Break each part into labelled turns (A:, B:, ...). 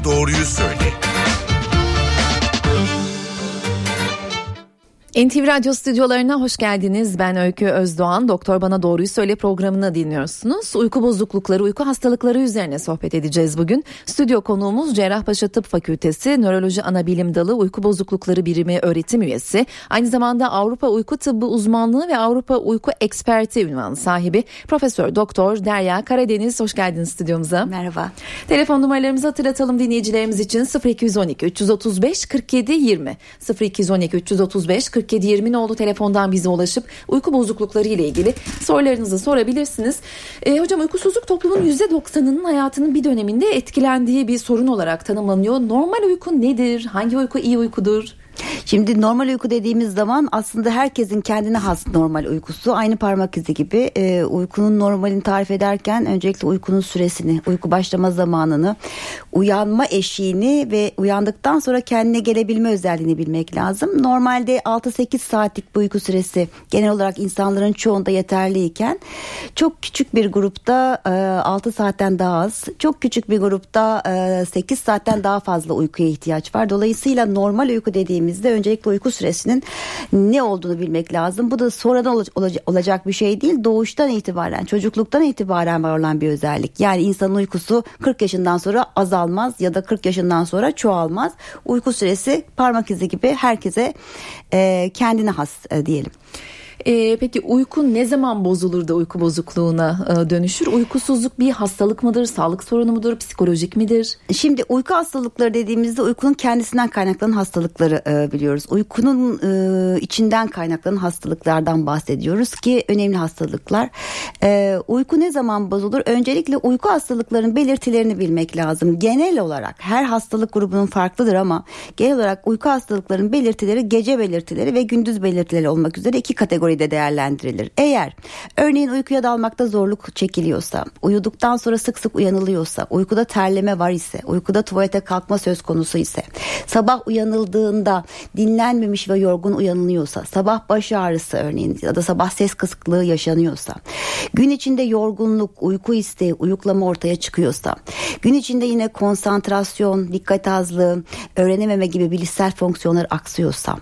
A: Bana Doğruyu Söyle.
B: NTV Radyo stüdyolarına hoş geldiniz. Ben Öykü Özdoğan. Doktor Bana Doğruyu Söyle programını dinliyorsunuz. Uyku bozuklukları, uyku hastalıkları üzerine sohbet edeceğiz bugün. Stüdyo konuğumuz Cerrahpaşa Tıp Fakültesi Nöroloji Anabilim Dalı Uyku Bozuklukları Birimi öğretim üyesi. Aynı zamanda Avrupa Uyku Tıbbı uzmanlığı ve Avrupa Uyku Eksperti unvanı sahibi Profesör Doktor Derya Karadeniz. Hoş geldiniz stüdyomuza.
C: Merhaba.
B: Telefon numaralarımızı hatırlatalım dinleyicilerimiz için. 0212 335 47 20 0212 335 47 20 nolu telefondan bize ulaşıp uyku bozuklukları ile ilgili sorularınızı sorabilirsiniz. Hocam, uykusuzluk toplumun %90'ının hayatının bir döneminde etkilendiği bir sorun olarak tanımlanıyor. Normal uyku nedir? Hangi uyku iyi uykudur?
C: Şimdi normal uyku dediğimiz zaman aslında herkesin kendine has normal uykusu. Aynı parmak izi gibi uykunun normalini tarif ederken öncelikle uykunun süresini, uyku başlama zamanını, uyanma eşiğini ve uyandıktan sonra kendine gelebilme özelliğini bilmek lazım. Normalde 6-8 saatlik bu uyku süresi genel olarak insanların çoğunda yeterliyken çok küçük bir grupta 6 saatten daha az, çok küçük bir grupta 8 saatten daha fazla uykuya ihtiyaç var. Dolayısıyla normal uyku dediğimizde öncelikle uyku süresinin ne olduğunu bilmek lazım. Bu da sonradan olacak bir şey değil. Doğuştan itibaren, çocukluktan itibaren var olan bir özellik. Yani insanın uykusu 40 yaşından sonra azalmaz ya da 40 yaşından sonra çoğalmaz. Uyku süresi parmak izi gibi herkese kendine has diyelim.
B: Peki uyku ne zaman bozulur da uyku bozukluğuna dönüşür? Uykusuzluk bir hastalık mıdır, sağlık sorunu mudur, psikolojik midir?
C: Şimdi uyku hastalıkları dediğimizde uykunun kendisinden kaynaklanan hastalıkları biliyoruz. Uykunun içinden kaynaklanan hastalıklardan bahsediyoruz ki önemli hastalıklar. Uyku ne zaman bozulur? Öncelikle uyku hastalıklarının belirtilerini bilmek lazım. Genel olarak her hastalık grubunun farklıdır ama genel olarak uyku hastalıklarının belirtileri gece belirtileri ve gündüz belirtileri olmak üzere iki kategoride değerlendirilir. Eğer örneğin uykuya dalmakta zorluk çekiliyorsa, uyuduktan sonra sık sık uyanılıyorsa, uykuda terleme var ise, uykuda tuvalete kalkma söz konusu ise, sabah uyanıldığında dinlenmemiş ve yorgun uyanılıyorsa, sabah baş ağrısı örneğin ya da sabah ses kısıklığı yaşanıyorsa, gün içinde yorgunluk, uyku isteği, uyuklama ortaya çıkıyorsa, gün içinde yine konsantrasyon, dikkat azlığı, öğrenememe gibi bilişsel fonksiyonlar aksıyorsa,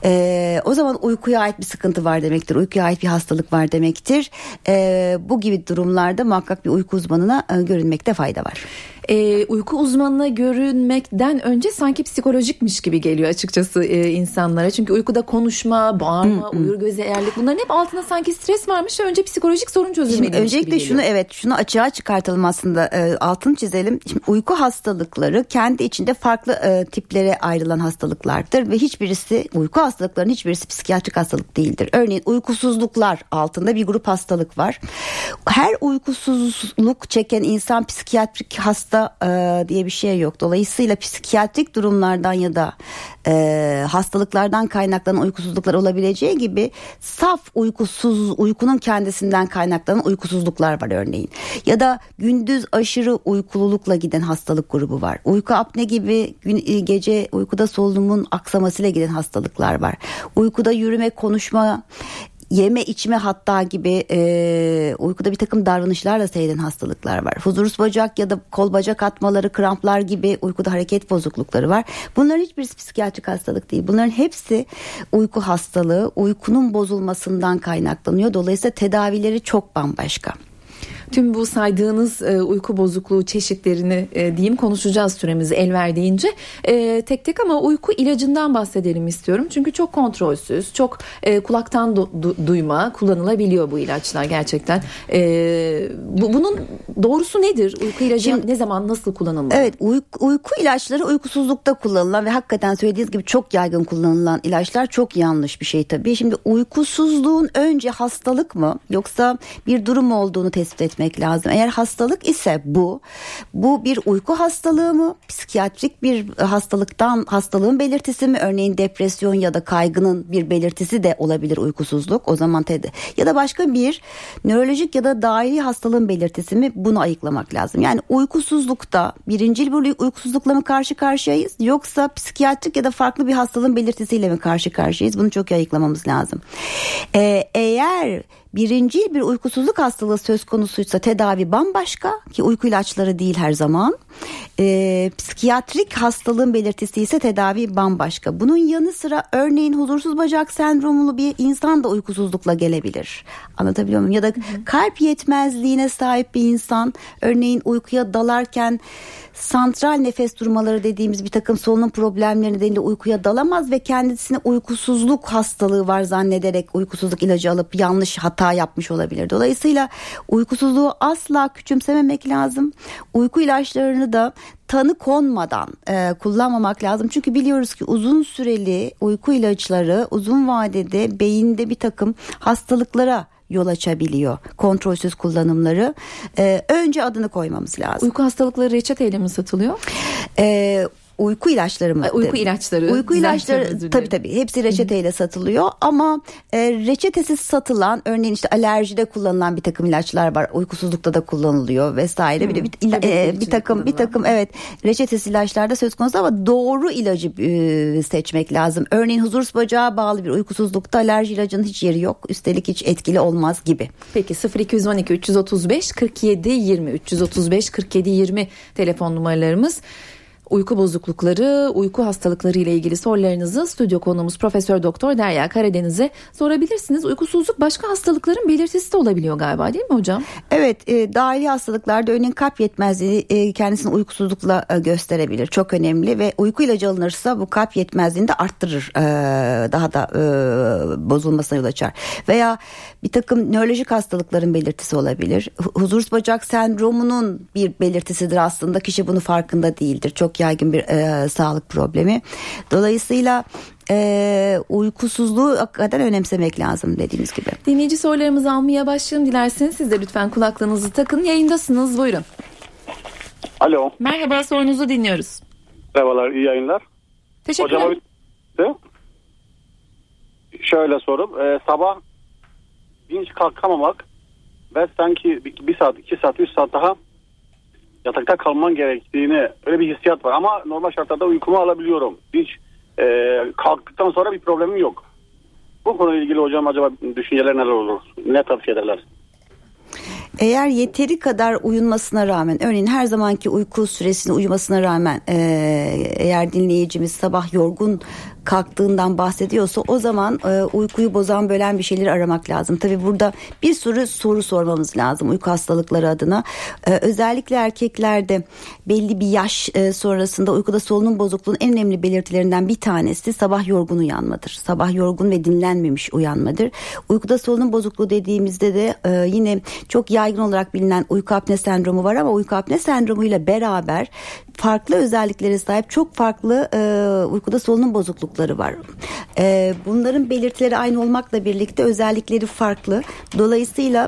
C: o zaman uykuya ait bir sıkıntı var demektir. Uykuya ait bir hastalık var demektir. Bu gibi durumlarda muhakkak bir uyku uzmanına görünmekte fayda var.
B: Uyku uzmanına görünmekten önce sanki psikolojikmiş gibi geliyor açıkçası insanlara. Çünkü uykuda konuşma, bağırma, uyur göze eğerlik, bunların hep altında sanki stres varmış ve önce psikolojik sorun çözülmeliymiş
C: öncelikle
B: gibi geliyor.
C: şunu açığa çıkartalım aslında, altını çizelim. Şimdi uyku hastalıkları kendi içinde farklı tiplere ayrılan hastalıklardır ve uyku hastalıklarının hiçbirisi psikiyatrik hastalık değildir. Örneğin uykusuzluklar altında bir grup hastalık var. Her uykusuzluk çeken insan psikiyatrik hasta diye bir şey yok. Dolayısıyla psikiyatrik durumlardan ya da hastalıklardan kaynaklanan uykusuzluklar olabileceği gibi saf uykunun kendisinden kaynaklanan uykusuzluklar var örneğin. Ya da gündüz aşırı uykululukla giden hastalık grubu var. Uyku apne gibi gece uykuda solunumun aksamasıyla giden hastalıklar var. Uykuda yürüme, konuşma, yeme içme hatta gibi uykuda bir takım davranışlarla seyreden hastalıklar var. Huzursuz bacak ya da kol bacak atmaları, kramplar gibi uykuda hareket bozuklukları var. Bunların hiçbirisi psikiyatrik hastalık değil. Bunların hepsi uyku hastalığı, uykunun bozulmasından kaynaklanıyor. Dolayısıyla tedavileri çok bambaşka.
B: Tüm bu saydığınız uyku bozukluğu çeşitlerini diyeyim konuşacağız süremizi el verdiğince tek tek, ama uyku ilacından bahsedelim istiyorum. Çünkü çok kontrolsüz, çok kulaktan duyma kullanılabiliyor bu ilaçlar gerçekten. Bunun doğrusu nedir? Uyku ilacı ne zaman, nasıl kullanılmalı?
C: Evet, uyku ilaçları uykusuzlukta kullanılan ve hakikaten söylediğiniz gibi çok yaygın kullanılan ilaçlar çok yanlış bir şey tabii. Şimdi uykusuzluğun önce hastalık mı yoksa bir durum mu olduğunu tespit etmek lazım. Eğer hastalık ise bu bir uyku hastalığı mı? Psikiyatrik bir hastalığın belirtisi mi? Örneğin depresyon ya da kaygının bir belirtisi de olabilir uykusuzluk. O zaman ya da başka bir nörolojik ya da dairi hastalığın belirtisi mi? Bunu ayıklamak lazım. Yani uykusuzlukta birincil bir uykusuzlukla mı karşı karşıyayız? Yoksa psikiyatrik ya da farklı bir hastalığın belirtisiyle mi karşı karşıyayız? Bunu çok iyi ayıklamamız lazım. Eğer birincil bir uykusuzluk hastalığı söz konusuysa tedavi bambaşka, ki uyku ilaçları değil her zaman. Psikiyatrik hastalığın belirtisi ise tedavi bambaşka. Bunun yanı sıra örneğin huzursuz bacak sendromlu bir insan da uykusuzlukla gelebilir. Anlatabiliyor muyum? Ya da kalp yetmezliğine sahip bir insan örneğin uykuya dalarken santral nefes durmaları dediğimiz bir takım solunum problemleri nedeniyle uykuya dalamaz ve kendisine uykusuzluk hastalığı var zannederek uykusuzluk ilacı alıp yanlış hata yapmış olabilir. Dolayısıyla uykusuzluğu asla küçümsememek lazım. Uyku ilaçlarını da tanı konmadan kullanmamak lazım. Çünkü biliyoruz ki uzun süreli uyku ilaçları uzun vadede beyinde bir takım hastalıklara yol açabiliyor. Kontrolsüz kullanımları. Önce adını koymamız lazım.
B: Uyku hastalıkları reçeteyle mi satılıyor?
C: Uyku ilaçları mı?
B: Uyku ilaçları.
C: Uyku ilaçları tabii hepsi reçeteyle satılıyor ama reçetesiz satılan örneğin işte alerjide kullanılan bir takım ilaçlar var. Uykusuzlukta da kullanılıyor vesaire. Bir de bir takım evet reçetesiz ilaçlar da söz konusu ama doğru ilacı seçmek lazım. Örneğin huzursuz bacağa bağlı bir uykusuzlukta alerji ilacının hiç yeri yok. Üstelik hiç etkili olmaz gibi.
B: Peki 0212 335 47 20 335 47 20 telefon numaralarımız. Uyku bozuklukları, uyku hastalıkları ile ilgili sorularınızı stüdyo konuğumuz Profesör Doktor Derya Karadeniz'e sorabilirsiniz. Uykusuzluk başka hastalıkların belirtisi de olabiliyor galiba, değil mi hocam? Evet, dahili hastalıklarda örneğin kalp yetmezliği kendisini uykusuzlukla gösterebilir. Çok önemli ve uyku ilacı alınırsa bu kalp yetmezliğini de arttırır. Daha da bozulmasına yol açar. Veya bir takım nörolojik hastalıkların belirtisi olabilir. Huzursuz bacak sendromunun bir belirtisidir aslında. Kişi bunu farkında değildir. Çok yaygın bir sağlık problemi. Dolayısıyla uykusuzluğu hakikaten önemsemek lazım dediğimiz gibi. Dinleyici sorularımızı almaya başlayalım dilerseniz. Siz de lütfen kulaklığınızı takın. Yayındasınız, buyurun.
A: Alo.
B: Merhaba, sorunuzu dinliyoruz.
A: Merhabalar, iyi yayınlar.
B: Teşekkürler.
A: Hocam, şöyle sorum. Sabah dinç kalkamamak ve sanki 1 saat, 2 saat, 3 saat daha yatakta kalman gerektiğini, öyle bir hissiyat var. Ama normal şartlarda uykumu alabiliyorum. Hiç kalktıktan sonra bir problemim yok. Bu konuyla ilgili hocam acaba düşünceler neler olur? Ne tavsiye ederler?
C: Eğer yeteri kadar uyunmasına rağmen, örneğin her zamanki uyku süresini uyumasına rağmen eğer dinleyicimiz sabah yorgun kalktığından bahsediyorsa o zaman uykuyu bozan, bölen bir şeyleri aramak lazım. Tabii burada bir sürü soru sormamız lazım uyku hastalıkları adına. Özellikle erkeklerde belli bir yaş sonrasında uykuda solunum bozukluğunun en önemli belirtilerinden bir tanesi sabah yorgun uyanmadır. Sabah yorgun ve dinlenmemiş uyanmadır. Uykuda solunum bozukluğu dediğimizde de yine çok yaygın olarak bilinen uyku apne sendromu var ama uyku apne sendromuyla beraber farklı özelliklere sahip çok farklı uykuda solunum bozuklukları var. Bunların belirtileri aynı olmakla birlikte özellikleri farklı. Dolayısıyla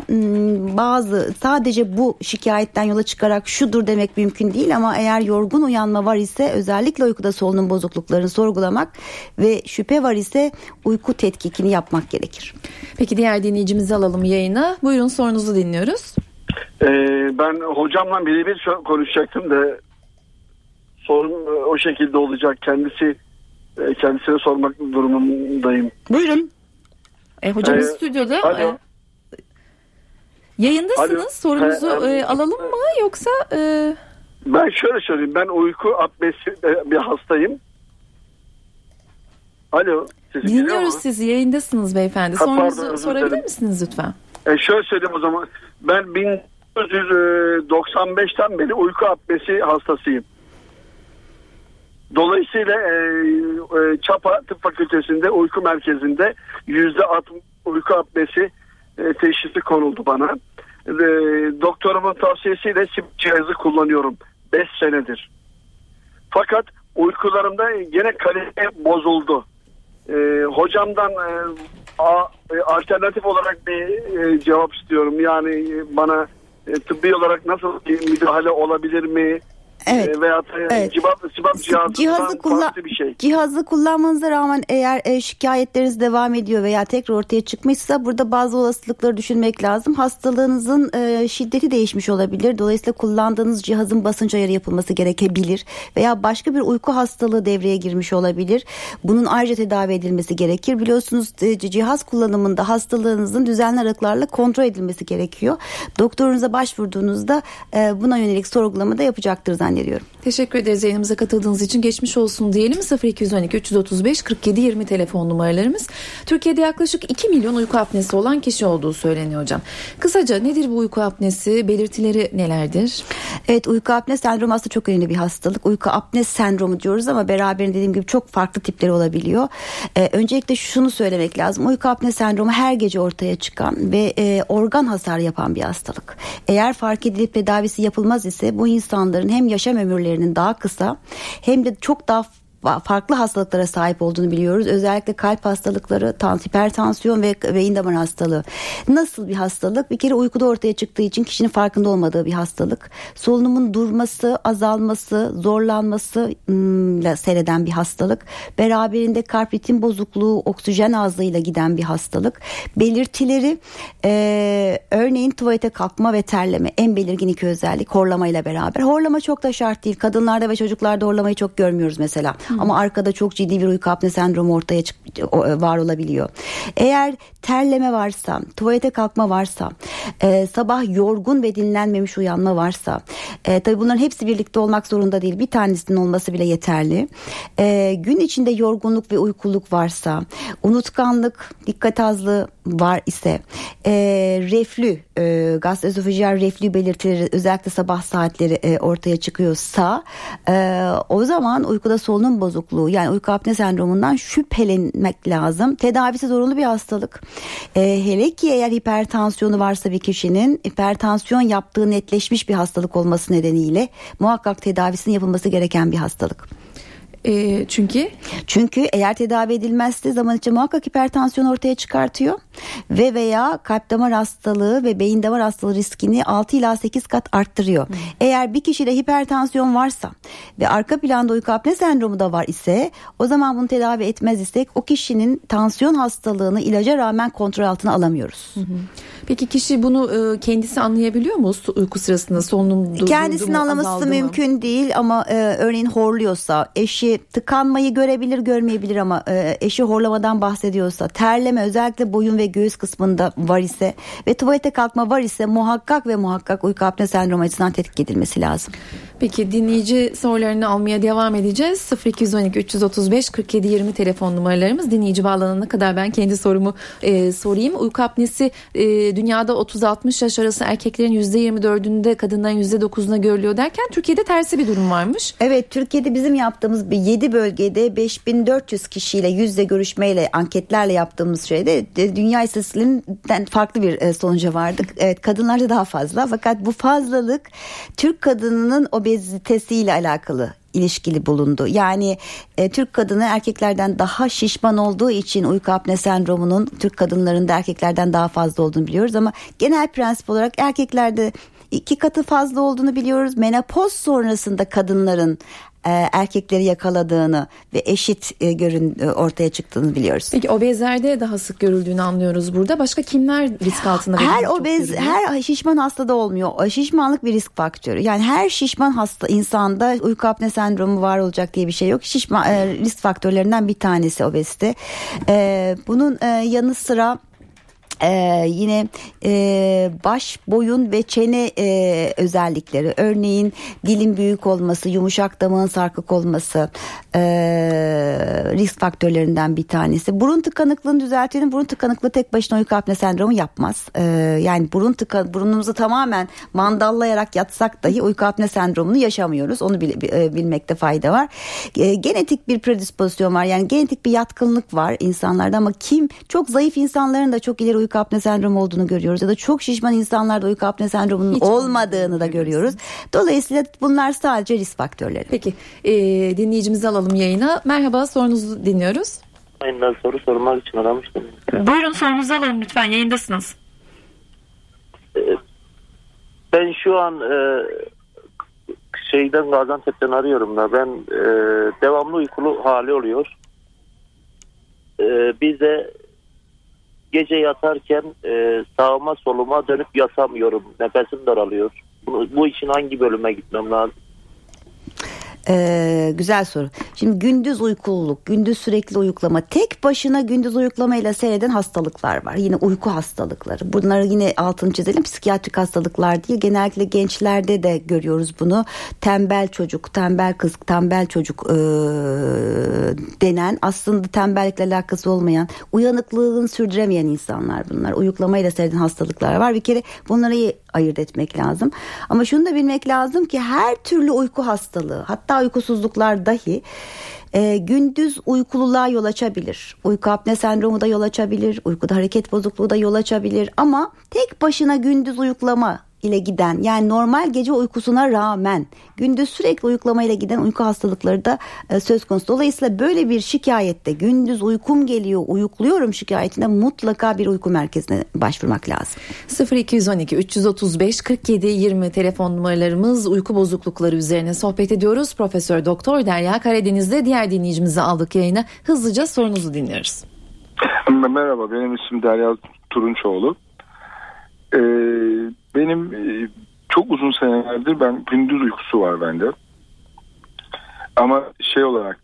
C: sadece bu şikayetten yola çıkarak şudur demek mümkün değil ama eğer yorgun uyanma var ise özellikle uykuda solunum bozukluklarını sorgulamak ve şüphe var ise uyku tetkikini yapmak gerekir.
B: Peki diğer dinleyicimizi alalım yayına. Buyurun, sorunuzu dinliyoruz.
D: Ben hocamla birebir konuşacaktım da sorun o şekilde olacak. Kendisine sormak durumundayım.
C: Buyurun.
B: Hocamız stüdyoda. Yayındasınız. Alo. Sorunuzu alalım mı yoksa?
D: Ben şöyle söyleyeyim. Ben uyku apnesi bir hastayım. Alo.
B: Dinliyoruz sizi. Yayındasınız beyefendi. Sorunuzu sorabilir misiniz lütfen?
D: Şöyle söyleyeyim o zaman. Ben 1995'ten beri uyku apnesi hastasıyım. Dolayısıyla Çapa Tıp Fakültesi'nde uyku merkezinde %60 uyku apnesi teşhisi konuldu bana. Doktorumun tavsiyesiyle SIP cihazı kullanıyorum 5 senedir. Fakat uykularımda gene kalite bozuldu. Hocamdan alternatif olarak bir cevap istiyorum. Yani bana tıbbi olarak nasıl bir müdahale olabilir mi?
C: Evet.
D: Veya
C: Evet.
D: Sibap cihazından farklı bir şey.
C: Cihazı kullanmanıza rağmen eğer şikayetleriniz devam ediyor veya tekrar ortaya çıkmışsa burada bazı olasılıkları düşünmek lazım. Hastalığınızın şiddeti değişmiş olabilir. Dolayısıyla kullandığınız cihazın basınç ayarı yapılması gerekebilir. Veya başka bir uyku hastalığı devreye girmiş olabilir. Bunun ayrıca tedavi edilmesi gerekir. Biliyorsunuz cihaz kullanımında hastalığınızın düzenli aralıklarla kontrol edilmesi gerekiyor. Doktorunuza başvurduğunuzda buna yönelik sorgulama da yapacaktır zannediyorum.
B: Teşekkür ederiz yayınımıza katıldığınız için. Geçmiş olsun diyelim. 0212 335 47 20 telefon numaralarımız. Türkiye'de yaklaşık 2 milyon uyku apnesi olan kişi olduğu söyleniyor hocam. Kısaca nedir bu uyku apnesi? Belirtileri nelerdir?
C: Evet, uyku apne sendromu aslında çok önemli bir hastalık. Uyku apne sendromu diyoruz ama beraberinde dediğim gibi çok farklı tipleri olabiliyor. Öncelikle şunu söylemek lazım. Uyku apne sendromu her gece ortaya çıkan ve organ hasarı yapan bir hastalık. Eğer fark edilip tedavisi yapılmaz ise bu insanların hem yaşam ömürlerinin daha kısa hem de çok daha farklı hastalıklara sahip olduğunu biliyoruz. Özellikle kalp hastalıkları, hipertansiyon ve beyin damar hastalığı. Nasıl bir hastalık? Bir kere uykuda ortaya çıktığı için kişinin farkında olmadığı bir hastalık. Solunumun durması, azalması, zorlanması ile seyreden bir hastalık. Beraberinde kalp ritim bozukluğu, oksijen azlığıyla giden bir hastalık. Belirtileri örneğin tuvalete kalkma ve terleme. En belirgin iki özellik horlamayla beraber. Horlama çok da şart değil. Kadınlarda ve çocuklarda horlamayı çok görmüyoruz mesela. Ama arkada çok ciddi bir uyku apne sendromu ortaya var olabiliyor. Eğer terleme varsa, tuvalete kalkma varsa, sabah yorgun ve dinlenmemiş uyanma varsa, tabii bunların hepsi birlikte olmak zorunda değil. Bir tanesinin olması bile yeterli. Gün içinde yorgunluk ve uykuluk varsa, unutkanlık, dikkat azlığı var ise, reflü, gastroözofajiyal reflü belirtileri özellikle sabah saatleri ortaya çıkıyorsa, o zaman uykuda solunum bozukluğu yani uyku apne sendromundan şüphelenmek lazım. Tedavisi zorunlu bir hastalık. Hele ki eğer hipertansiyonu varsa bir kişinin hipertansiyon yaptığı netleşmiş bir hastalık olması nedeniyle muhakkak tedavisinin yapılması gereken bir hastalık. Çünkü eğer tedavi edilmezse zaman içinde muhakkak hipertansiyon ortaya çıkartıyor ve veya kalp damar hastalığı ve beyin damar hastalığı riskini 6 ila 8 kat arttırıyor. Eğer bir kişide hipertansiyon varsa ve arka planda uyku apne sendromu da var ise o zaman bunu tedavi etmez isek o kişinin tansiyon hastalığını ilaca rağmen kontrol altına alamıyoruz.
B: Peki kişi bunu kendisi anlayabiliyor mu uyku sırasında solunum
C: kendisini anlaması mümkün değil ama örneğin horluyorsa, eşi tıkanmayı görebilir görmeyebilir ama eşi horlamadan bahsediyorsa, terleme özellikle boyun ve göğüs kısmında var ise ve tuvalete kalkma var ise muhakkak uyku apne sendromu açısından tetkik edilmesi lazım.
B: Peki dinleyici sorularını almaya devam edeceğiz. 0212 335 47 20 telefon numaralarımız. Dinleyici bağlanana kadar ben kendi sorumu sorayım. Uyku apnesi dünyada 30-60 yaş arası erkeklerin %24'ünde, kadınların %9'unda görülüyor derken Türkiye'de tersi bir durum varmış.
C: Evet, Türkiye'de bizim yaptığımız 7 bölgede 5400 kişiyle yüzde görüşmeyle, anketlerle yaptığımız şeyde dünya istatistiklerinden farklı bir sonuca vardık. Evet, kadınlarda daha fazla fakat bu fazlalık Türk kadınının obezitesiyle alakalı ilişkili bulundu. Yani Türk kadını erkeklerden daha şişman olduğu için uyku apne sendromunun Türk kadınlarında erkeklerden daha fazla olduğunu biliyoruz ama genel prensip olarak erkeklerde 2 katı fazla olduğunu biliyoruz. Menopoz sonrasında kadınların erkekleri yakaladığını ve eşit ortaya çıktığını biliyoruz.
B: Peki obezlerde daha sık görüldüğünü anlıyoruz burada. Başka kimler risk altında?
C: Her şişman hastada olmuyor. Şişmanlık bir risk faktörü. Yani her şişman hasta insanda uyku apne sendromu var olacak diye bir şey yok. Risk faktörlerinden bir tanesi obezite. Bunun yanı sıra yine baş, boyun ve çene özellikleri, örneğin dilin büyük olması, yumuşak damağın sarkık olması risk faktörlerinden bir tanesi. Burun tıkanıklığını düzeltelim. Burun tıkanıklığı tek başına uyku apne sendromu yapmaz. Yani burnumuzu tamamen mandallayarak yatsak dahi uyku apne sendromunu yaşamıyoruz. Onu bilmekte fayda var. Genetik bir predispozisyon var. Yani genetik bir yatkınlık var insanlarda ama çok zayıf insanların da çok ileri uyku apne sendromu olduğunu görüyoruz ya da çok şişman insanlarda uyku apne sendromunun olmadığını da görüyoruz. Dolayısıyla bunlar sadece risk faktörleri.
B: Peki dinleyicimizi alalım yayına. Merhaba, sorunuzu dinliyoruz.
E: Ben soru sormak için aramıştım.
B: Buyurun, sorunuzu alalım lütfen, yayındasınız.
E: Ben şu an Gaziantep'ten arıyorum da ben devamlı uykulu hali oluyor. Bir de gece yatarken sağıma soluma dönüp yatamıyorum. Nefesim daralıyor. Bu için hangi bölüme gitmem lazım?
C: Güzel soru. Şimdi gündüz uykululuk, gündüz sürekli uyuklama, tek başına gündüz uyuklamayla seyreden hastalıklar var. Yine uyku hastalıkları. Bunları yine altını çizelim. Psikiyatrik hastalıklar değil. Genellikle gençlerde de görüyoruz bunu. Tembel çocuk, tembel kız, tembel çocuk denen, aslında tembellikle alakası olmayan, uyanıklığını sürdüremeyen insanlar bunlar. Uyuklamayla seyreden hastalıklar var. Bir kere bunları iyi ayırt etmek lazım. Ama şunu da bilmek lazım ki her türlü uyku hastalığı, hatta uykusuzluklar dahi gündüz uykululuğa yol açabilir. Uyku apne sendromu da yol açabilir. Uykuda hareket bozukluğu da yol açabilir. Ama tek başına gündüz uyuklama ile giden, yani normal gece uykusuna rağmen gündüz sürekli uyuklama ile giden uyku hastalıkları da söz konusu. Dolayısıyla böyle bir şikayette, gündüz uykum geliyor, uyukluyorum şikayetinde mutlaka bir uyku merkezine başvurmak lazım.
B: 0212 335 47 20 telefon numaralarımız. Uyku bozuklukları üzerine sohbet ediyoruz. Profesör Doktor Derya Karadeniz'de diğer dinleyicimizi aldık yayına. Hızlıca sorunuzu dinliyoruz.
F: Merhaba, benim ismim Derya Turunçoğlu. Benim çok uzun senelerdir gündüz uykusu var bende. Ama olarak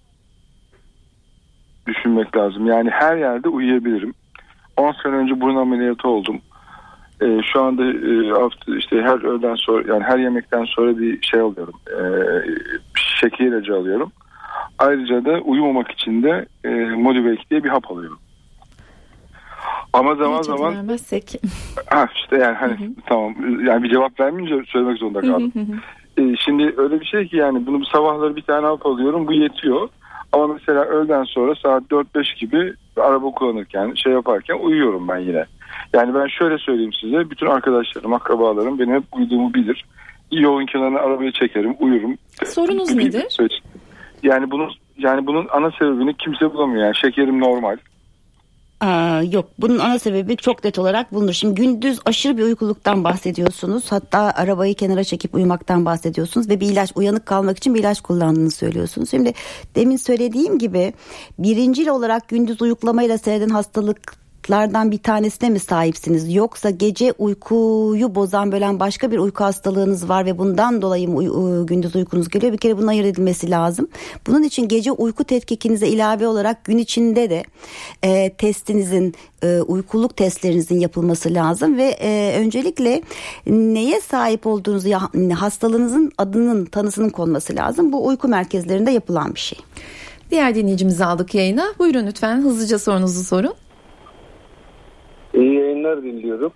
F: düşünmek lazım. Yani her yerde uyuyabilirim. 10 sene önce burun ameliyatı oldum. Şu anda her öğleden sonra, yani her yemekten sonra bir alıyorum. Şeker ilacı alıyorum. Ayrıca da uyumamak için de Modivake diye bir hap alıyorum. Ama zaman
B: vermezsek.
F: Tamam, yani bir cevap vermeyince söylemek zorunda kaldım. Şimdi öyle bir şey ki, yani bunu sabahları bir tane hap alıyorum, bu yetiyor. Ama mesela öğleden sonra saat 4-5 gibi araba kullanırken, yaparken uyuyorum ben yine. Yani ben şöyle söyleyeyim size, bütün arkadaşlarım, akrabalarım benim hep uyuduğumu bilir. Yolun kenarına arabayı çekerim, uyurum.
B: Sorunuz nedir?
F: Yani bunun ana sebebini kimse bulamıyor. Yani şekerim normal.
C: Yok, bunun ana sebebi çok net olarak bulunur. Şimdi gündüz aşırı bir uykuluktan bahsediyorsunuz. Hatta arabayı kenara çekip uyumaktan bahsediyorsunuz ve bir ilaç, uyanık kalmak için bir ilaç kullandığını söylüyorsunuz. Şimdi demin söylediğim gibi birincil olarak gündüz uyuklamayla seyreden hastalıklardan bir tanesine mi sahipsiniz? Yoksa gece uykuyu bozan, bölen başka bir uyku hastalığınız var ve bundan dolayı mı gündüz uykunuz geliyor? Bir kere bunun ayırt edilmesi lazım. Bunun için gece uyku tetkikinize ilave olarak gün içinde de testinizin, uykuluk testlerinizin yapılması lazım ve öncelikle neye sahip olduğunuzu, hastalığınızın adının, tanısının konması lazım. Bu uyku merkezlerinde yapılan bir şey.
B: Diğer dinleyicimizi aldık yayına. Buyurun lütfen, hızlıca sorunuzu sorun.
G: İyi yayınlar diliyorum.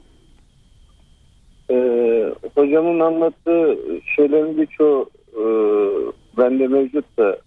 G: Hocamın anlattığı şeylerin birçoğu bende mevcut da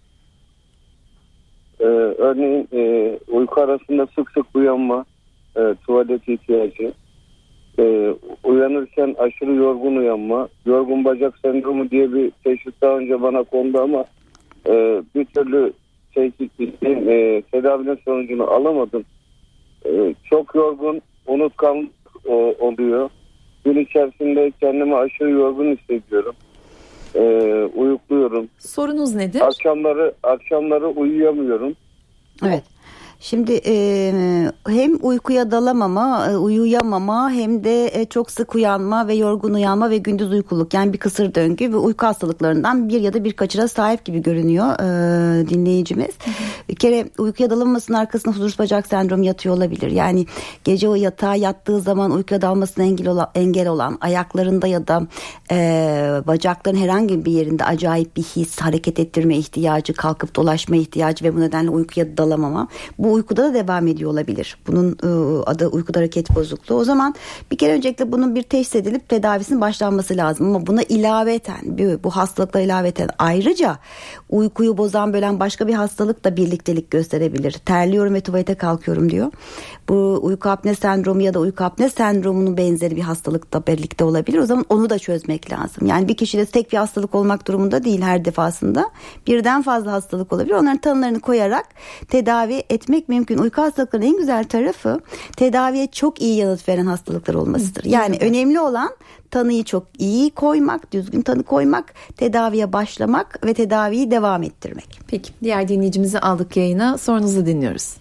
G: örneğin uyku arasında sık sık uyanma, tuvalet ihtiyacı, uyanırken aşırı yorgun uyanma, yorgun bacak sendromu diye bir teşhis daha önce bana kondu ama bir türlü tedavinin sonucunu alamadım. Çok yorgun, unutkanlık oluyor. Gün içerisinde kendimi aşırı yorgun hissediyorum. Uyukluyorum.
B: Sorunuz nedir?
G: Akşamları uyuyamıyorum.
C: Evet. Şimdi hem uykuya dalamama, uyuyamama, hem de çok sık uyanma ve yorgun uyanma ve gündüz uykuluk, yani bir kısır döngü ve uyku hastalıklarından bir ya da birkaçına sahip gibi görünüyor dinleyicimiz. Bir kere uykuya dalamamasının arkasında huzursuz bacak sendromu yatıyor olabilir. Yani gece o yatağa yattığı zaman uykuya dalmasına engel olan, ayaklarında ya da bacakların herhangi bir yerinde acayip bir his, hareket ettirme ihtiyacı, kalkıp dolaşma ihtiyacı ve bu nedenle uykuya dalamama. Bu uykuda da devam ediyor olabilir. Bunun adı uykuda hareket bozukluğu. O zaman bir kere öncelikle bunun bir teşhis edilip tedavisinin başlanması lazım. Ama buna ilaveten, bu hastalıkla ilaveten ayrıca uykuyu bozan, bölen başka bir hastalık da birliktelik gösterebilir. Terliyorum ve tuvalete kalkıyorum diyor. Bu uyku apne sendromu ya da uyku apne sendromunun benzeri bir hastalık da birlikte olabilir. O zaman onu da çözmek lazım. Yani bir kişide tek bir hastalık olmak durumunda değil her defasında. Birden fazla hastalık olabilir. Onların tanılarını koyarak tedavi etmek etmek mümkün. Uyku hastalıklarının en güzel tarafı tedaviye çok iyi yanıt veren hastalıklar olmasıdır. Yani önemli olan tanıyı çok iyi koymak, düzgün tanı koymak, tedaviye başlamak ve tedaviyi devam ettirmek.
B: Peki, diğer dinleyicimizi aldık yayına. Sorunuzu dinliyoruz.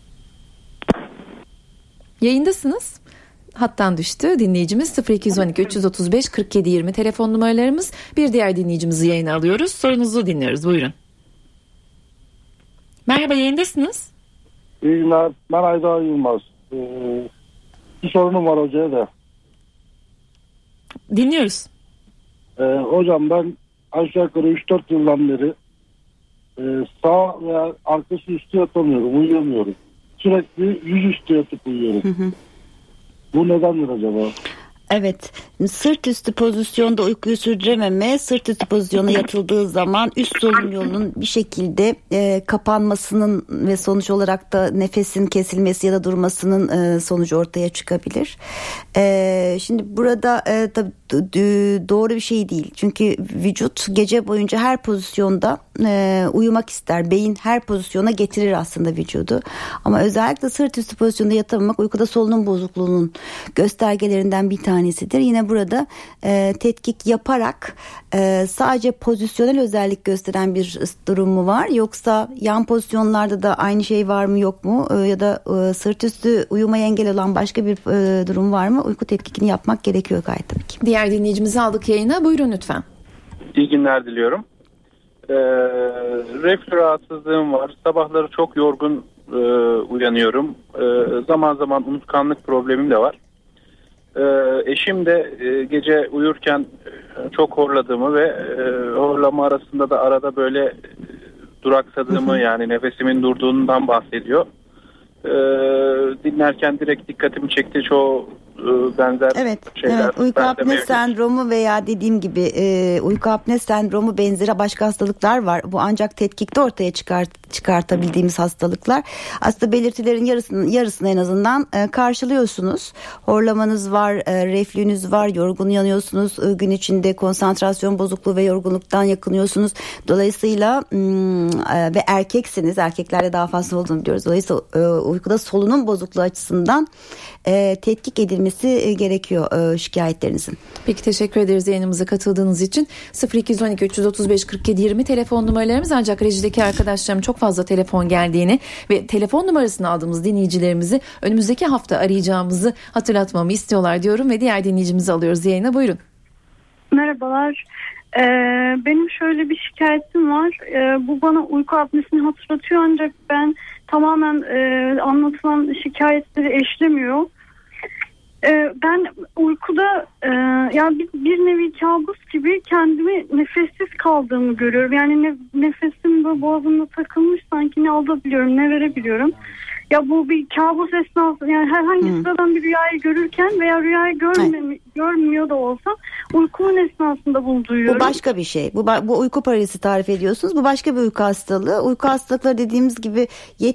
B: Yayındasınız. Hattan düştü dinleyicimiz. 0212 335 47 20 telefon numaralarımız. Bir diğer dinleyicimizi yayına alıyoruz. Sorunuzu dinliyoruz. Buyurun. Merhaba, yayındasınız.
H: İyi günler. Ben Aydar Yılmaz. Bir sorunum var hocaya da.
B: Dinliyoruz.
H: Hocam ben aşağı yukarı 3-4 yıldan beri sağ veya arkası üstü yatamıyorum. Uyuyamıyorum. Sürekli yüzüstü yatıp uyuyorum. Bu nedendir acaba?
C: Evet, sırt üstü pozisyonda uykuyu sürdürememe, sırt üstü pozisyona yatıldığı zaman üst solunum yolunun bir şekilde kapanmasının ve sonuç olarak da nefesin kesilmesi ya da durmasının sonucu ortaya çıkabilir. Şimdi burada tabii doğru bir şey değil. Çünkü vücut gece boyunca her pozisyonda uyumak ister. Beyin her pozisyona getirir aslında vücudu. Ama özellikle sırt üstü pozisyonda yatamamak uykuda solunum bozukluğunun göstergelerinden bir tanesidir. Yine burada tetkik yaparak sadece pozisyonel özellik gösteren bir durum mu var? Yoksa yan pozisyonlarda da aynı şey var mı yok mu? Ya da sırt üstü uyumaya engel olan başka bir durum var mı? Uyku tetkikini yapmak gerekiyor gayet tabii ki.
B: Diğer dinleyicimizi aldık yayına. Buyurun lütfen.
F: İyi günler diliyorum. Reflü rahatsızlığım var. Sabahları çok yorgun uyanıyorum. Zaman zaman unutkanlık problemim de var. Eşim de gece uyurken çok horladığımı ve horlama arasında da arada böyle duraksadığımı, yani nefesimin durduğundan bahsediyor. Dinlerken direkt dikkatimi çekti çoğu benzer şeyler.
C: Evet, uyku apne sendromu veya dediğim gibi uyku apne sendromu benzeri başka hastalıklar var. Bu ancak tetkikte ortaya çıkartabildiğimiz hastalıklar. Aslında belirtilerin yarısını en azından karşılıyorsunuz. Horlamanız var, reflünüz var, yorgun yanıyorsunuz. Gün içinde konsantrasyon bozukluğu ve yorgunluktan yakınıyorsunuz. Dolayısıyla ve erkeksiniz. Erkeklerde daha fazla olduğunu biliyoruz. Dolayısıyla uykuda solunum bozukluğu açısından tetkik edilmesi gerekiyor şikayetlerinizin.
B: Peki, teşekkür ederiz yayınımıza katıldığınız için. 0212 335 47 20 telefon numaralarımız, ancak rejideki arkadaşlarım çok fazla telefon geldiğini ve telefon numarasını aldığımız dinleyicilerimizi önümüzdeki hafta arayacağımızı hatırlatmamı istiyorlar diyorum ve diğer dinleyicimizi alıyoruz yayına. Buyurun.
I: Merhabalar. Benim şöyle bir şikayetim var. Bu bana uyku apnesini hatırlatıyor, ancak ben tamamen anlatılan şikayetleri eşlemiyor. Ben uykuda yani bir nevi kabus gibi kendimi nefessiz kaldığımı görüyorum. Yani nefesim böyle boğazımda takılmış, sanki ne alabiliyorum ne verebiliyorum. Ya bu bir kabus esnası, yani herhangi sıradan bir rüyayı görürken veya rüyayı görmüyor da olsam uykumun esnasında bunu duyuyorum.
C: Bu başka bir şey. Bu uyku paralisi tarif ediyorsunuz. Bu başka bir uyku hastalığı. Uyku hastalıkları dediğimiz gibi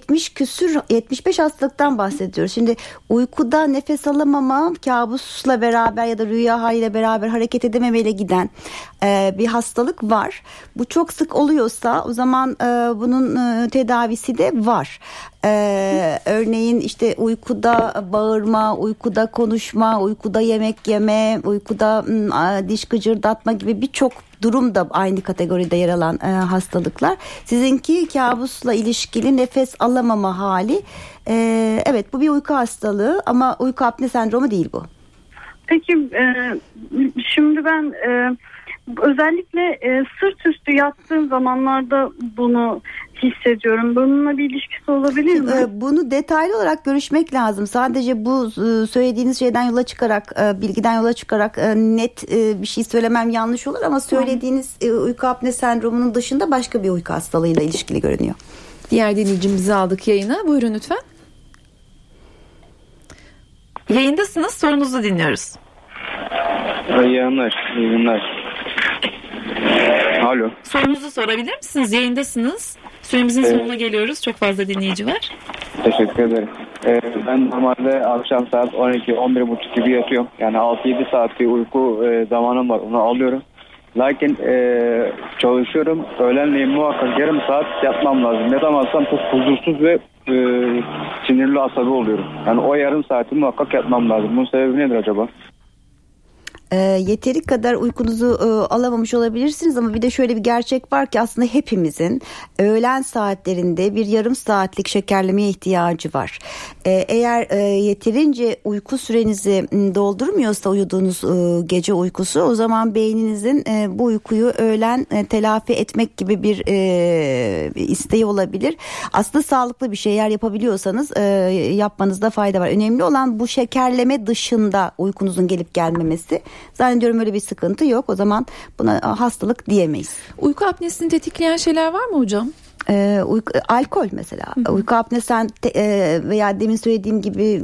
C: 75 hastalıktan bahsediyoruz. Şimdi uykuda nefes alamama, kabusla beraber ya da rüya haliyle beraber hareket edememeyle giden bir hastalık var. Bu çok sık oluyorsa o zaman bunun tedavisi de var. Örneğin işte uykuda bağırma, uykuda konuşma, uykuda yemek yeme, uykuda diş gıcırdatma gibi birçok durum da aynı kategoride yer alan hastalıklar. Sizinki kabusla ilişkili nefes alamama hali. Evet, bu bir uyku hastalığı ama uyku apne sendromu değil bu.
I: Peki şimdi ben özellikle sırt üstü yattığım zamanlarda bunu hissediyorum. Bununla bir ilişkisi olabilir mi?
C: Bunu detaylı olarak görüşmek lazım. Sadece bu söylediğiniz şeyden yola çıkarak, bilgiden yola çıkarak net bir şey söylemem yanlış olur ama söylediğiniz uyku apne sendromunun dışında başka bir uyku hastalığıyla ilişkili görünüyor.
B: Diğer dinleyicimizi aldık yayına. Buyurun lütfen. Yayındasınız. Sorunuzu dinliyoruz.
J: İyi günler. Alo.
B: Sorunuzu sorabilir misiniz? Yayındasınız. Süremizin sonuna geliyoruz. Çok fazla dinleyici var.
J: Teşekkür ederim. Ben normalde akşam saat 12-11.30 gibi yatıyorum. Yani 6-7 saat bir uyku zamanım var. Onu alıyorum. Lakin çalışıyorum. Öğlenleyin muhakkak yarım saat yatmam lazım. Yatamazsam çok huzursuz ve sinirli, asabi oluyorum. Yani o yarım saati muhakkak yatmam lazım. Bunun sebebi nedir acaba?
C: Yeteri kadar uykunuzu alamamış olabilirsiniz ama bir de şöyle bir gerçek var ki aslında hepimizin öğlen saatlerinde bir yarım saatlik şekerlemeye ihtiyacı var. Eğer yeterince uyku sürenizi doldurmuyorsa uyuduğunuz gece uykusu, o zaman beyninizin bu uykuyu öğlen telafi etmek gibi bir isteği olabilir. Aslında sağlıklı bir şey, eğer yapabiliyorsanız yapmanızda fayda var. Önemli olan bu şekerleme dışında uykunuzun gelip gelmemesi. Zannediyorum öyle bir sıkıntı yok. O zaman buna hastalık diyemeyiz.
B: Uyku apnesini tetikleyen şeyler var mı hocam?
C: Alkol mesela. Uyku apnesi veya demin söylediğim gibi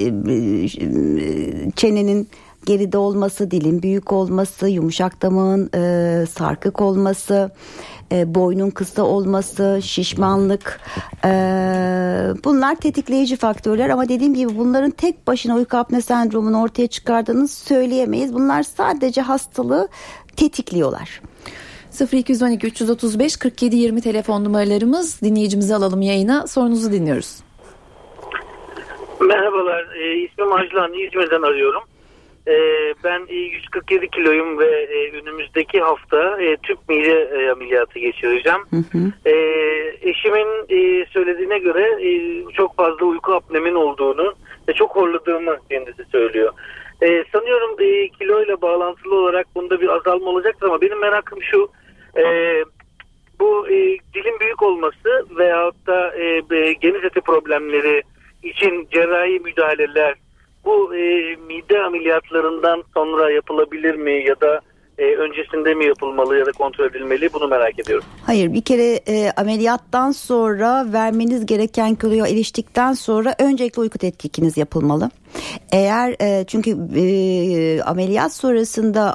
C: çenenin geride olması, dilin büyük olması, yumuşak damağın sarkık olması, boynun kısa olması, şişmanlık, bunlar tetikleyici faktörler ama dediğim gibi bunların tek başına uyku apne sendromunu ortaya çıkardığını söyleyemeyiz. Bunlar sadece hastalığı tetikliyorlar.
B: 0212 335 47 20 telefon numaralarımız. Dinleyicimizi alalım yayına. Sorunuzu dinliyoruz.
K: Merhabalar. İsmim Ajlan. İzmir'den arıyorum. Ben 147 kiloyum ve önümüzdeki hafta tüp mide ameliyatı geçireceğim. Eşimin söylediğine göre çok fazla uyku apnemin olduğunu ve çok horladığımı kendisi söylüyor. Sanıyorum kiloyla bağlantılı olarak bunda bir azalma olacaktır ama benim merakım şu: bu dilin büyük olması veyahut da geniz eti problemleri için cerrahi müdahaleler bu mide ameliyatlarından sonra yapılabilir mi ya da öncesinde mi yapılmalı ya da kontrol edilmeli, bunu merak ediyorum.
C: Hayır, bir kere ameliyattan sonra vermeniz gereken kiloya eriştikten sonra öncelikle uyku tetkikiniz yapılmalı. Eğer çünkü ameliyat sonrasında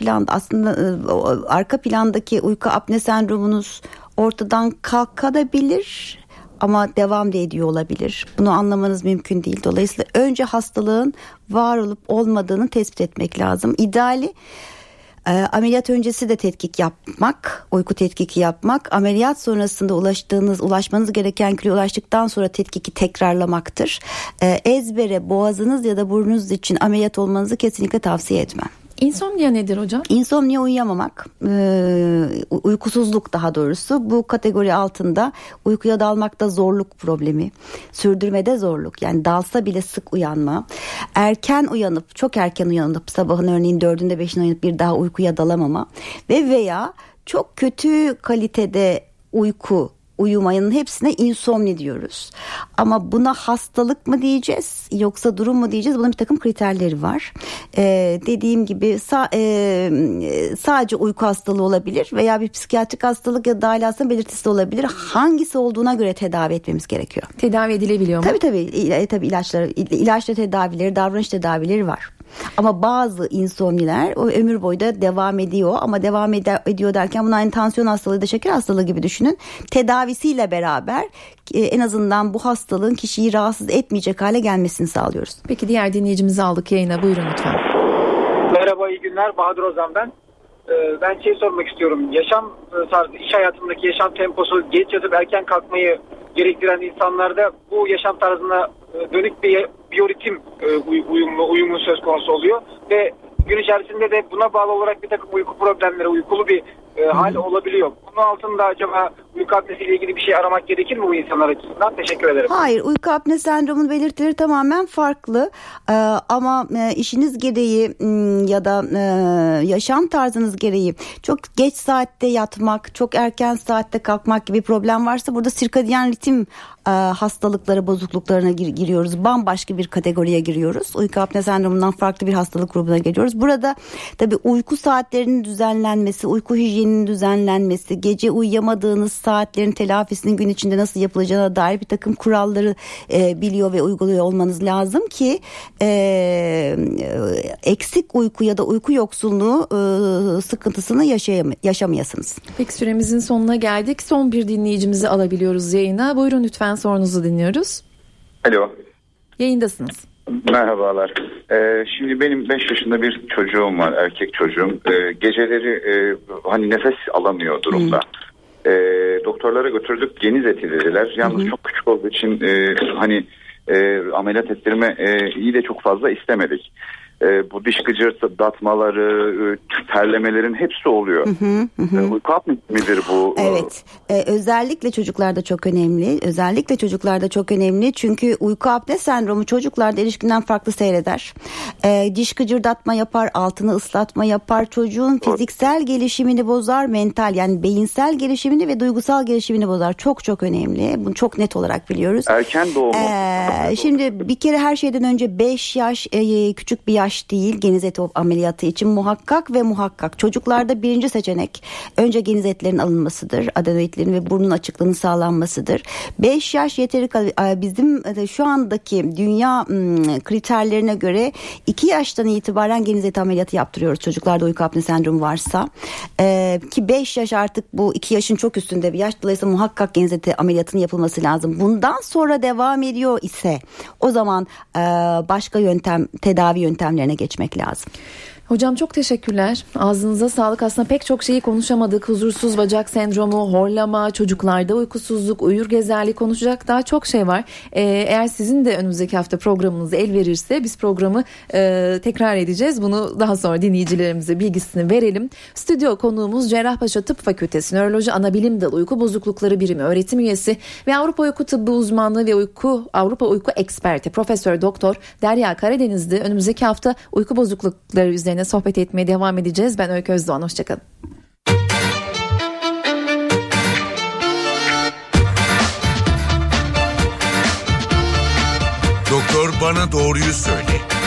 C: arka plandaki uyku apne sendromunuz ortadan kalkabilir ama devam da ediyor olabilir. Bunu anlamanız mümkün değil. Dolayısıyla önce hastalığın var olup olmadığını tespit etmek lazım. İdeali ameliyat öncesi de tetkik yapmak, uyku tetkiki yapmak. Ameliyat sonrasında ulaşmanız gereken kiloya ulaştıktan sonra tetkiki tekrarlamaktır. Ezbere boğazınız ya da burnunuz için ameliyat olmanızı kesinlikle tavsiye etmem.
B: İnsomnia nedir hocam?
C: İnsomnia uyuyamamak, uykusuzluk daha doğrusu. Bu kategori altında uykuya dalmakta zorluk problemi, sürdürmede zorluk, yani dalsa bile sık uyanma, çok erken uyanıp sabahın örneğin 4'ünde 5'inde uyanıp bir daha uykuya dalamama veya çok kötü kalitede uyumanın hepsine insomni diyoruz. Ama buna hastalık mı diyeceğiz yoksa durum mu diyeceğiz? Bunun bir takım kriterleri var. Dediğim gibi sadece uyku hastalığı olabilir veya bir psikiyatrik hastalık ya da dahil belirtisi de olabilir. Hangisi olduğuna göre tedavi etmemiz gerekiyor.
B: Tedavi edilebiliyor mu?
C: Tabii ilaçla tedavileri, davranış tedavileri var. Ama bazı insomniler o ömür boyu da devam ediyor ama devam ediyor derken bunu aynı tansiyon hastalığı da şeker hastalığı gibi düşünün. Tedavisiyle beraber en azından bu hastalığın kişiyi rahatsız etmeyecek hale gelmesini sağlıyoruz.
B: Peki diğer dinleyicimizi aldık yayına, buyurun lütfen.
L: Merhaba, iyi günler, Bahadır Ozan ben. Ben sormak istiyorum. Yaşam tarzı, iş hayatındaki yaşam temposu, geç yatıp erken kalkmayı gerektiren insanlarda bu yaşam tarzına dönük bir biyoritim uyumu söz konusu oluyor ve gün içerisinde de buna bağlı olarak bir takım uyku problemleri, uykulu bir hal olabiliyor. Bunun altında acaba uyku apnesiyle ilgili bir şey aramak gerekir mi bu insanlar açısından? Teşekkür ederim.
C: Hayır, uyku apne sendromunun belirtileri tamamen farklı ama işiniz gereği ya da yaşam tarzınız gereği çok geç saatte yatmak, çok erken saatte kalkmak gibi problem varsa burada sirkadiyen ritim hastalıkları, bozukluklarına giriyoruz. Bambaşka bir kategoriye giriyoruz. Uyku apne sendromundan farklı bir hastalık grubuna geliyoruz. Burada tabii uyku saatlerinin düzenlenmesi, uyku hijyeninin düzenlenmesi, gece uyuyamadığınız saatlerin telafisinin gün içinde nasıl yapılacağına dair bir takım kuralları biliyor ve uyguluyor olmanız lazım ki eksik uyku ya da uyku yoksunluğu sıkıntısını yaşamayasınız.
B: Peki süremizin sonuna geldik. Son bir dinleyicimizi alabiliyoruz yayına. Buyurun lütfen, sorunuzu dinliyoruz.
M: Alo.
B: Yayındasınız.
M: Merhabalar. Şimdi benim 5 yaşında bir çocuğum var, erkek çocuğum. Geceleri hani nefes alamıyor durumda. doktorlara götürdük, geniz eti dediler. Yalnız çok küçük olduğu için ameliyat ettirme iyi de çok fazla istemedik. Bu diş gıcırdatmaları, terlemelerin hepsi oluyor. Uyku apnesi midir bu?
C: Evet. Özellikle çocuklarda çok önemli. Çünkü uyku apne sendromu çocuklarda erişkinden farklı seyreder. Diş gıcırdatma yapar, altını ıslatma yapar. Çocuğun fiziksel gelişimini bozar, mental yani beyinsel gelişimini ve duygusal gelişimini bozar. Çok çok önemli. Bunu çok net olarak biliyoruz.
M: Erken doğum.
C: Şimdi bir kere her şeyden önce 5 yaş küçük bir yaş değil geniz eti ameliyatı için muhakkak çocuklarda birinci seçenek önce geniz etlerin alınmasıdır, adenoidlerin ve burnun açıklığının sağlanmasıdır. 5 yaş yeteri bizim şu andaki dünya kriterlerine göre 2 yaştan itibaren geniz eti ameliyatı yaptırıyoruz çocuklarda uyku apne sendromu varsa ki 5 yaş artık bu 2 yaşın çok üstünde bir yaş, dolayısıyla muhakkak geniz eti ameliyatının yapılması lazım. Bundan sonra devam ediyor ise o zaman başka tedavi yöntemlerine geçmek lazım.
B: Hocam çok teşekkürler. Ağzınıza sağlık. Aslında pek çok şeyi konuşamadık. Huzursuz bacak sendromu, horlama, çocuklarda uykusuzluk, uyur gezerliği konuşacak daha çok şey var. Eğer sizin de önümüzdeki hafta programınız el verirse biz programı tekrar edeceğiz. Bunu daha sonra dinleyicilerimize bilgisini verelim. Stüdyo konuğumuz Cerrahpaşa Tıp Fakültesi Nöroloji Anabilim Dalı Uyku Bozuklukları Birimi öğretim üyesi ve Avrupa Uyku Tıbbı uzmanlığı ve Avrupa Uyku Eksperti Profesör Doktor Derya Karadeniz'de önümüzdeki hafta uyku bozuklukları üzerine sohbet etmeye devam edeceğiz. Ben Öykü Özdoğan. Hoşçakalın.
N: Doktor Bana Doğruyu Söyle.